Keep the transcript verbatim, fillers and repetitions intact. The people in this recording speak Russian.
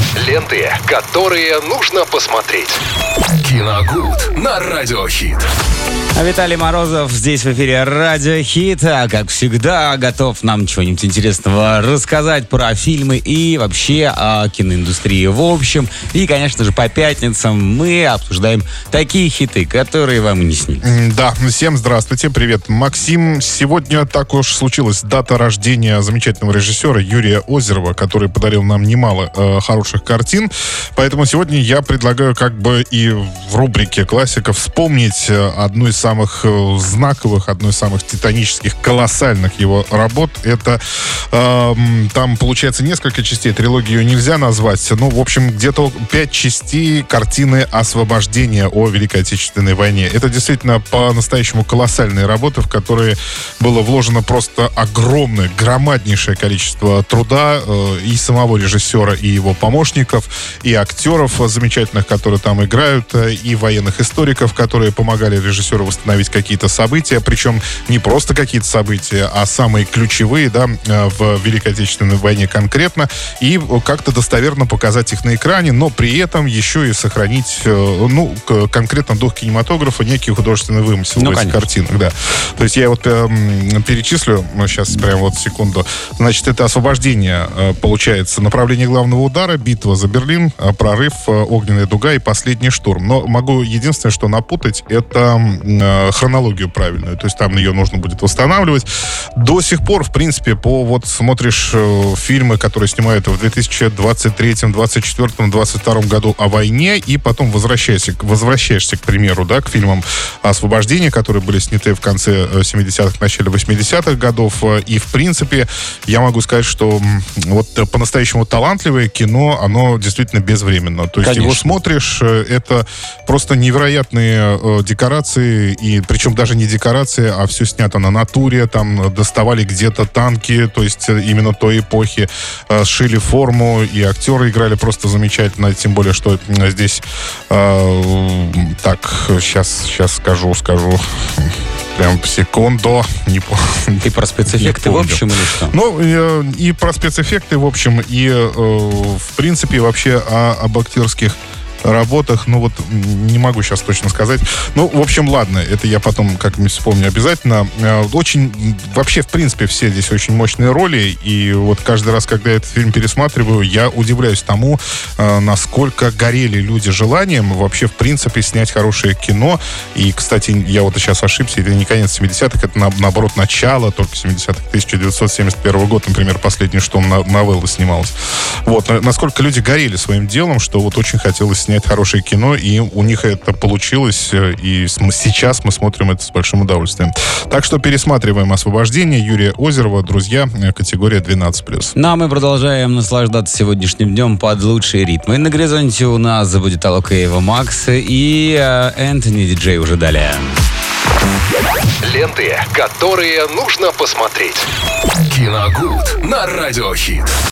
Ленты, которые нужно посмотреть. Киногуд на Радиохит. А Виталий Морозов здесь в эфире Радио Хит, а как всегда готов нам чего-нибудь интересного рассказать про фильмы и вообще о киноиндустрии в общем. И, конечно же, по пятницам мы обсуждаем такие хиты, которые вам и не снились. Да, всем здравствуйте, привет, Максим. Сегодня так уж случилась дата рождения замечательного режиссера Юрия Озерова, который подарил нам немало э, хороших картин. Поэтому сегодня я предлагаю как бы и в рубрике классиков вспомнить одну из самых знаковых, одной из самых титанических, колоссальных его работ. Это э, там получается несколько частей, трилогию нельзя назвать. Ну, в общем, где-то пять частей картины «Освобождение» о Великой Отечественной войне. Это действительно по-настоящему колоссальные работы, в которые было вложено просто огромное, громаднейшее количество труда э, и самого режиссера, и его помощников, и актеров замечательных, которые там играют, и военных историков, которые помогали режиссеру восстановить какие-то события, причем не просто какие-то события, а самые ключевые, да, в Великой Отечественной войне конкретно, и как-то достоверно показать их на экране, но при этом еще и сохранить, ну, конкретно дух кинематографа, некий художественный вымысел ну, в этих картинах, да. То есть я вот э, перечислю, сейчас прямо вот секунду, значит, это «Освобождение», получается, направление главного удара, битва за Берлин, прорыв, огненная дуга и последний штурм. Но могу единственное, что напутать, это э, хронологию правильную. То есть там ее нужно будет восстанавливать. До сих пор, в принципе, по вот смотришь э, фильмы, которые снимают в две тысячи двадцать третьем, двадцать четвёртом, двадцать втором году о войне, и потом возвращаешься, возвращаешься, к примеру, да, к фильмам «Освобождение», которые были сняты в конце семидесятых, начале восьмидесятых годов. И, в принципе, я могу сказать, что вот по-настоящему талантливое кино, оно действительно безвременно. То есть Конечно. Его смотришь, это просто невероятные э, декорации, и причем даже не декорации, а все снято на натуре, там доставали где-то танки, то есть именно той эпохи, э, сшили форму, и актеры играли просто замечательно, тем более, что здесь э, так, сейчас, сейчас скажу, скажу прям секунду. Не помню. Ты про спецэффекты в общем или что? Ну, э, и про спецэффекты в общем, и э, в принципе вообще о, об актерских работах, ну вот не могу сейчас точно сказать. Ну, в общем, ладно, это я потом как-нибудь вспомню обязательно. Очень, вообще, в принципе, все здесь очень мощные роли, и вот каждый раз, когда я этот фильм пересматриваю, я удивляюсь тому, насколько горели люди желанием вообще, в принципе, снять хорошее кино. И, кстати, я вот сейчас ошибся, это не конец семидесятых, это, наоборот, начало только семидесятых, тысяча девятьсот семьдесят первый год, например, последний, что на новелла снималась. Вот, насколько люди горели своим делом, что вот очень хотелось снять снять хорошее кино, и у них это получилось, и сейчас мы смотрим это с большим удовольствием. Так что пересматриваем «Освобождение» Юрия Озерова, друзья, категория двенадцать плюс. Ну, а мы продолжаем наслаждаться сегодняшним днем под лучшие ритмы. На горизонте у нас будет Алока и Эва Макс, и э, Энтони Диджей уже далее. Ленты, которые нужно посмотреть. Киногуд на Радиохит.